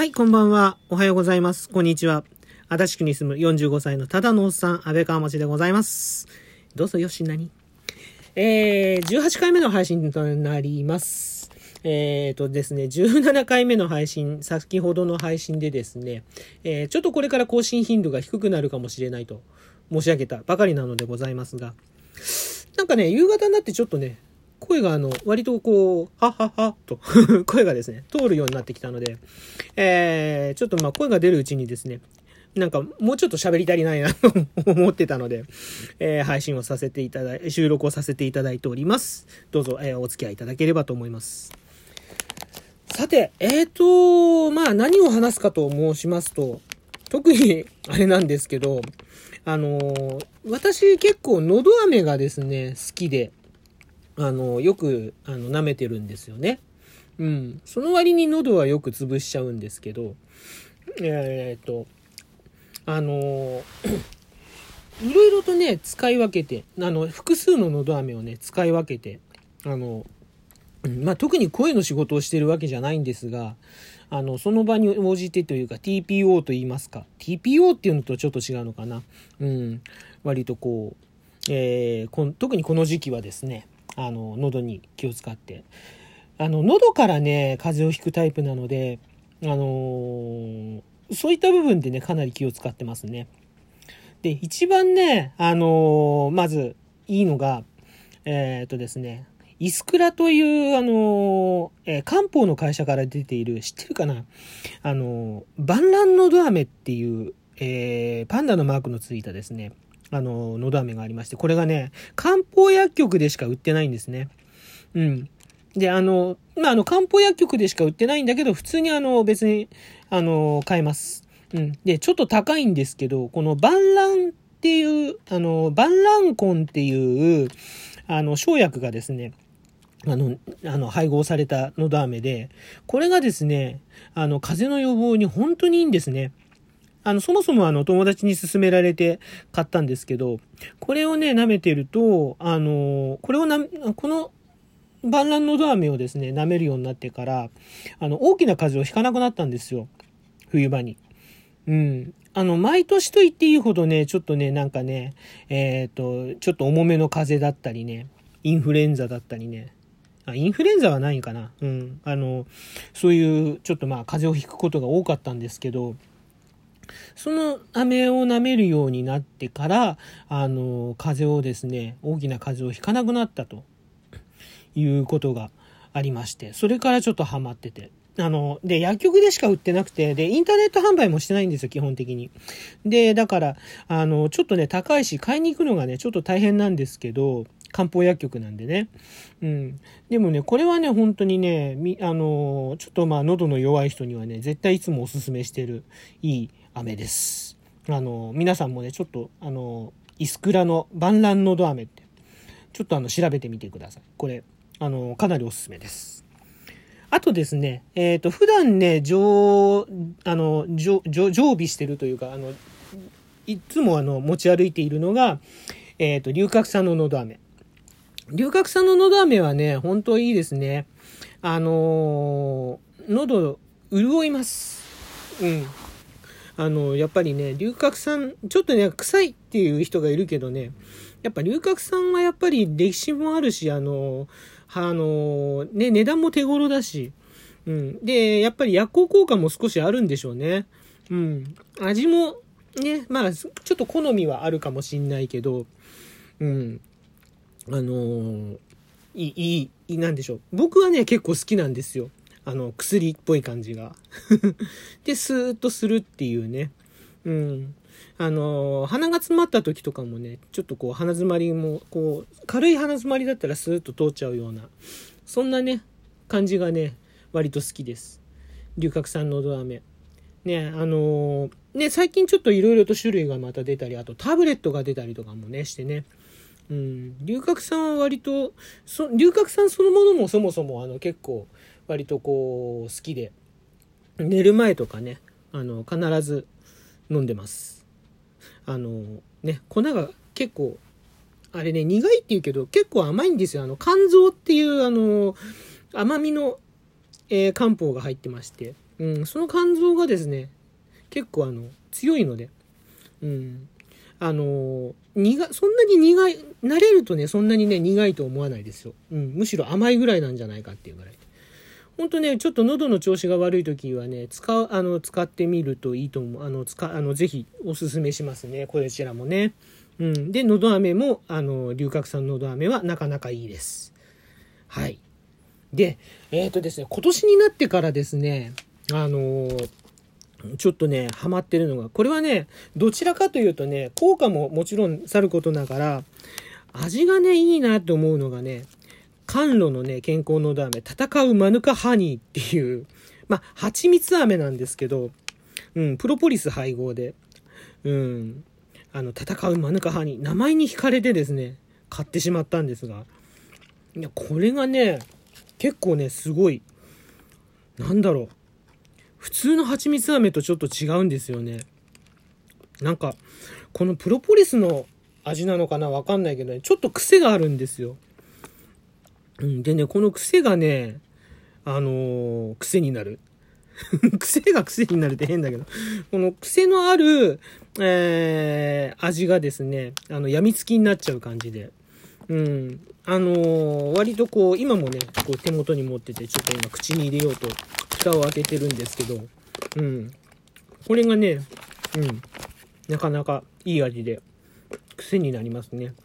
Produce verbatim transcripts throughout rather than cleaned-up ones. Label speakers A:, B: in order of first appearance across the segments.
A: はい、こんばんは。おはようございます。こんにちは。足立区に住むよんじゅうごさいのただのおっさん、安倍川町でございます。どうぞよしなに。えー、じゅうはちかいめの配信となります。えーとですね、じゅうななかいめの配信、先ほどの配信でですね、えー、ちょっとこれから更新頻度が低くなるかもしれないと申し上げたばかりなのでございますが、なんかね、夕方になってちょっとね、声があの、割とこう、はっはっはっと、声がですね、通るようになってきたので、えー、ちょっとまあ声が出るうちにですね、なんかもうちょっと喋り足りないなと思ってたので、えー、配信をさせていただい、収録をさせていただいております。どうぞ、えー、お付き合いいただければと思います。さて、えーと、まあ何を話すかと申しますと、特にあれなんですけど、あのー、私結構のど飴がですね、好きで、あの、よく、あの、舐めてるんですよね。うん。その割に喉はよく潰しちゃうんですけど、えー、っと、あの、いろいろとね、使い分けて、あの、複数の喉飴をね、使い分けて、あの、まあ、特に声の仕事をしてるわけじゃないんですが、あの、その場に応じてというか ティーピーオー と言いますか。ティーピーオー っていうのとちょっと違うのかな。うん。割とこう、えー、こ特にこの時期はですね、あの、喉に気を使って。あの、喉からね、風邪をひくタイプなので、あのー、そういった部分でね、かなり気を使ってますね。で、一番ね、あのー、まず、いいのが、えー、っとですね、イスクラという、あのー、えー、漢方の会社から出ている、知ってるかな？あのー、万卵のど飴っていう、えー、パンダのマークのついたですね、あの、のど飴がありまして、これがね、漢方薬局でしか売ってないんですね。うん。で、あの、まあ、あの、漢方薬局でしか売ってないんだけど、普通にあの、別に、あの、買えます。うん。で、ちょっと高いんですけど、この万卵っていう、あの、万卵根っていう、あの、生薬がですね、あの、あの、配合されたのど飴で、これがですね、あの、風邪の予防に本当にいいんですね。あの、そもそもあの、友達に勧められて買ったんですけど、これをね、舐めてると、あの、これをな、この、万卵のど飴をですね、舐めるようになってから、あの、大きな風邪をひかなくなったんですよ。冬場に。うん。あの、毎年と言っていいほどね、ちょっとね、なんかね、えっと、ちょっと重めの風邪だったりね、インフルエンザだったりね、あ、インフルエンザはないかな。うん。あの、そういう、ちょっとまあ、風邪をひくことが多かったんですけど、その飴を舐めるようになってから、あの、風邪をですね、大きな風邪をひかなくなったということがありまして、それからちょっとハマってて。あの、で、薬局でしか売ってなくて、で、インターネット販売もしてないんですよ、基本的に。で、だから、あの、ちょっとね、高いし、買いに行くのがね、ちょっと大変なんですけど、漢方薬局なんでね。うん。でもね、これはね、本当にね、み、あの、ちょっとまあ、喉の弱い人にはね、絶対いつもおすすめしてる、いい飴です。あの、皆さんもね、ちょっと、あの、イスクラの万卵のど飴って、ちょっとあの、調べてみてください。これ、あの、かなりおすすめです。あとですね、えっと、普段ね、常、あの、常、常備してるというか、あの、いつもあの、持ち歩いているのが、えっと、龍角散ののど飴。龍角散ののど飴はね、本当いいですね。あのー、喉、潤います。うん。あの、やっぱりね、龍角散、ちょっとね、臭いっていう人がいるけどね、やっぱ龍角散はやっぱり歴史もあるし、あの、あの、ね、値段も手頃だし、うん。で、やっぱり薬効効果も少しあるんでしょうね。うん。味も、ね、まあ、ちょっと好みはあるかもしんないけど、うん。あのー、いい、いい、なんでしょう。僕はね、結構好きなんですよ。あの、薬っぽい感じが。で、スーッとするっていうね。うん。あのー、鼻が詰まった時とかもね、ちょっとこう、鼻詰まりも、こう、軽い鼻詰まりだったらスーッと通っちゃうような、そんなね、感じがね、割と好きです。龍角散のど飴。ね、あのー、ね、最近ちょっといろいろと種類がまた出たり、あとタブレットが出たりとかもね、してね。うん、龍角散は割と、そ、龍角散そのものもそもそもあの結構割とこう好きで、寝る前とかね、あの必ず飲んでます。あのね、粉が結構、あれね、苦いって言うけど結構甘いんですよ。あの肝臓っていうあの甘みの、えー、漢方が入ってまして、 うん、その肝臓がですね、結構あの、強いので、うん、あの、苦、そんなに苦い、慣れるとね、そんなにね、苦いと思わないですよ。うん、むしろ甘いぐらいなんじゃないかっていうぐらい。ほんとね、ちょっと喉の調子が悪い時はね、使う、あの、使ってみるといいと思う。あの、使、あの、ぜひおすすめしますね。こちらもね。うん。で、喉飴も、あの、龍角散喉飴はなかなかいいです。はい。で、えっとですね、今年になってからですね、あのー、ちょっとね、ハマってるのが、これはね、どちらかというとね、効果ももちろんさることながら、味がね、いいなと思うのがね、甘露のね、健康の飴、戦うマヌカハニーっていう、まあ、蜂蜜飴なんですけど、うん、プロポリス配合で、うん、あの、戦うマヌカハニー、名前に惹かれてですね、買ってしまったんですが、いや、これがね、結構ね、すごい、なんだろう、普通の蜂蜜飴とちょっと違うんですよね。なんか、このプロポリスの味なのかなわかんないけどね、ちょっと癖があるんですよ。うん、でね、この癖がね、あのー、癖になる。癖が癖になるって変だけど、この癖のある、えー、味がですね、あの、病みつきになっちゃう感じで。うん。あのー、割とこう、今もね、こう手元に持ってて、ちょっと今口に入れようと、蓋を開けてるんですけど、うん。これがね、うん。なかなかいい味で、癖になりますね。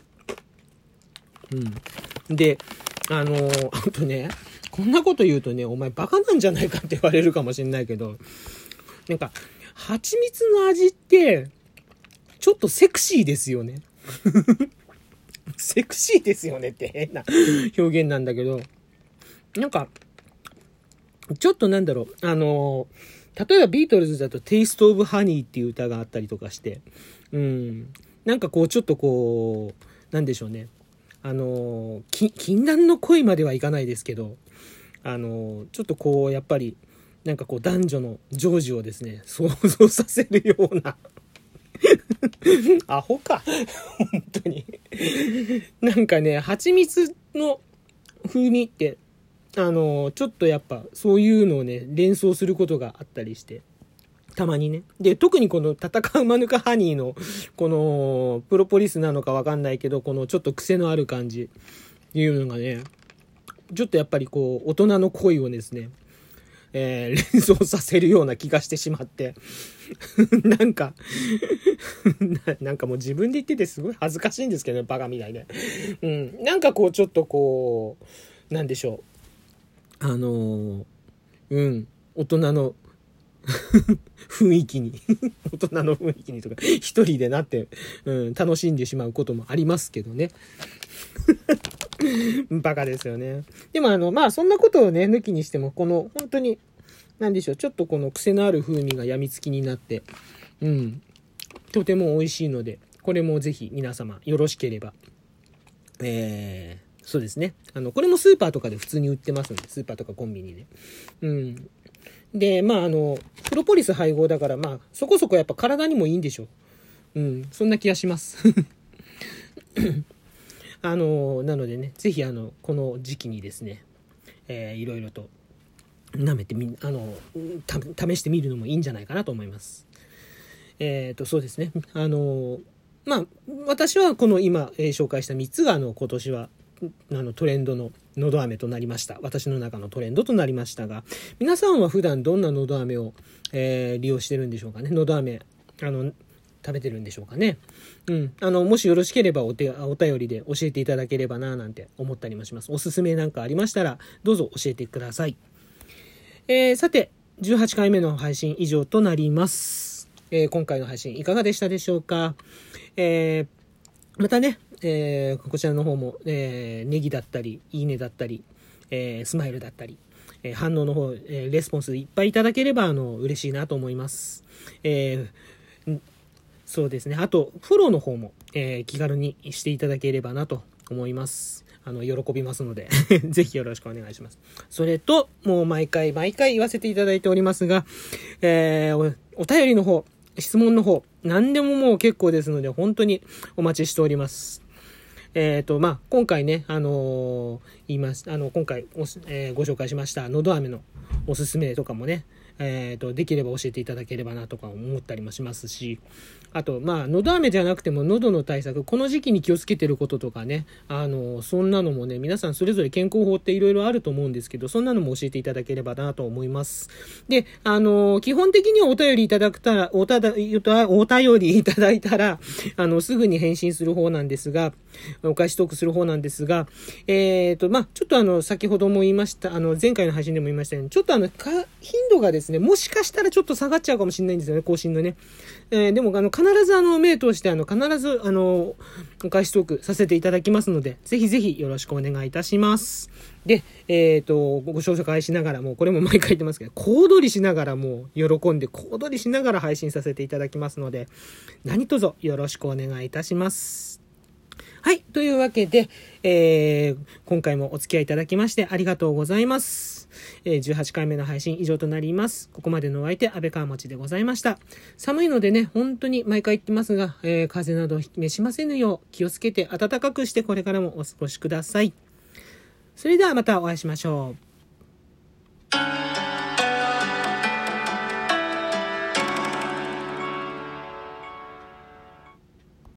A: うん。で、あのー、あとね、こんなこと言うとね、お前バカなんじゃないかって言われるかもしれないけど、なんか、蜂蜜の味って、ちょっとセクシーですよね。セクシーですよねって変な表現なんだけど、なんか、ちょっとなんだろう、あのー、例えばビートルズだとテイストオブハニーっていう歌があったりとかして、うん、なんかこうちょっとこう、なんでしょうね、あのー、禁断の恋まではいかないですけど、あのー、ちょっとこう、やっぱり、なんかこう男女の情事をですね、想像させるような、アホか。本当に。なんかね、蜂蜜の風味って、あの、ちょっとやっぱそういうのをね、連想することがあったりして、たまにね。で、特にこの戦うマヌカハニーの、この、プロポリスなのかわかんないけど、このちょっと癖のある感じっていうのがね、ちょっとやっぱりこう、大人の恋をですね、えー、連想させるような気がしてしまってなんかな、なんかもう自分で言っててすごい恥ずかしいんですけどね、バカみたいで。うん。なんかこうちょっとこう、なんでしょう。あのー、うん、大人の雰囲気に大人の雰囲気にとか、一人でなって、うん、楽しんでしまうこともありますけどね。バカですよね。でもあの、まあそんなことをね、抜きにしても、この本当に、なんでしょう、ちょっとこの癖のある風味が病みつきになって、うん、とても美味しいので、これもぜひ皆様よろしければ、えー、そうですね。あの、これもスーパーとかで普通に売ってますんで、スーパーとかコンビニで。うん。で、まああの、プロポリス配合だから、まあそこそこやっぱ体にもいいんでしょう。うん、そんな気がします。あの、なのでね、ぜひあの、この時期にですね、えー、いろいろと舐めてみ、あの、試してみるのもいいんじゃないかなと思います。えっと、そうですね。あの、まあ、私はこの今、えー、紹介したみっつが、あの、今年は、あの、トレンドののど飴となりました。私の中のトレンドとなりましたが、皆さんは普段どんなのど飴を、えー、利用してるんでしょうかね。のど飴、あの、食べてるんでしょうかね。うん。あの、もしよろしければお手、お便りで教えていただければな、なんて思ったりもします。おすすめなんかありましたら、どうぞ教えてください。えー、さて、じゅうはちかいめの配信以上となります。えー、今回の配信いかがでしたでしょうか。えー、またね、えー、こちらの方も、えー、ネギだったり、いいねだったり、えー、スマイルだったり、えー、反応の方、えー、レスポンスいっぱいいただければ、あの、嬉しいなと思います。えー、そうですね。あと、フォローの方も、えー、気軽にしていただければなと思います。あの、喜びますので、ぜひよろしくお願いします。それと、もう毎回毎回言わせていただいておりますが、えー、お、お便りの方、質問の方、何でももう結構ですので、本当にお待ちしております。えっと、まあ、今回ね、あのー、言います、あの、今回お、えー、ご紹介しました、のど飴のおすすめとかもね、 えっと、できれば教えていただければなとか思ったりもしますし、あと、まあ、喉飴じゃなくても喉の対策、この時期に気をつけてることとかね、あの、そんなのもね、皆さんそれぞれ健康法っていろいろあると思うんですけど、そんなのも教えていただければなと思います。で、あの、基本的にはお便りいただくたら、おただ、お便りいただいたら、あの、すぐに返信する方なんですが、お返しトークする方なんですが、えっと、まあ、ちょっとあの、先ほども言いました、あの、前回の配信でも言いましたように、ちょっとあの、か頻度がですね、もしかしたらちょっと下がっちゃうかもしれないんですよね、更新のね。えー、でも、あの、必ずあの、目通して、あの、必ず、あの、お返しトークさせていただきますので、ぜひぜひよろしくお願いいたします。で、えっと、ご紹介しながら、もうこれも毎回言ってますけど、小躍りしながらもう喜んで、小躍りしながら配信させていただきますので、何卒よろしくお願いいたします。はい。というわけで、えー、今回もお付き合いいただきましてありがとうございます。えー、じゅうはちかいめの配信以上となります。ここまでのお相手、安倍川町でございました。寒いのでね、本当に毎回言ってますが、えー、風邪などひきめしませぬよう気をつけて暖かくしてこれからもお過ごしください。それではまたお会いしましょう。